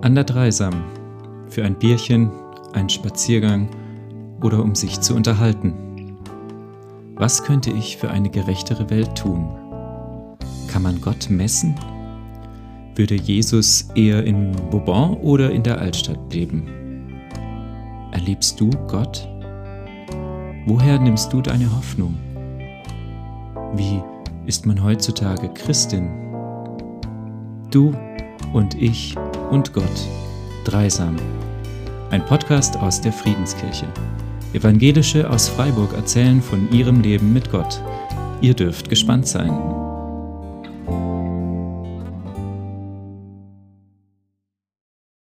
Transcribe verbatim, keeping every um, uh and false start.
An der Dreisam, für ein Bierchen, einen Spaziergang oder um sich zu unterhalten. Was könnte ich für eine gerechtere Welt tun? Kann man Gott messen? Würde Jesus eher in Bourbon oder in der Altstadt leben? Erlebst du Gott? Woher nimmst du deine Hoffnung? Wie ist man heutzutage Christin? Du und ich und Gott. Dreisam. Ein Podcast aus der Friedenskirche. Evangelische aus Freiburg erzählen von ihrem Leben mit Gott. Ihr dürft gespannt sein.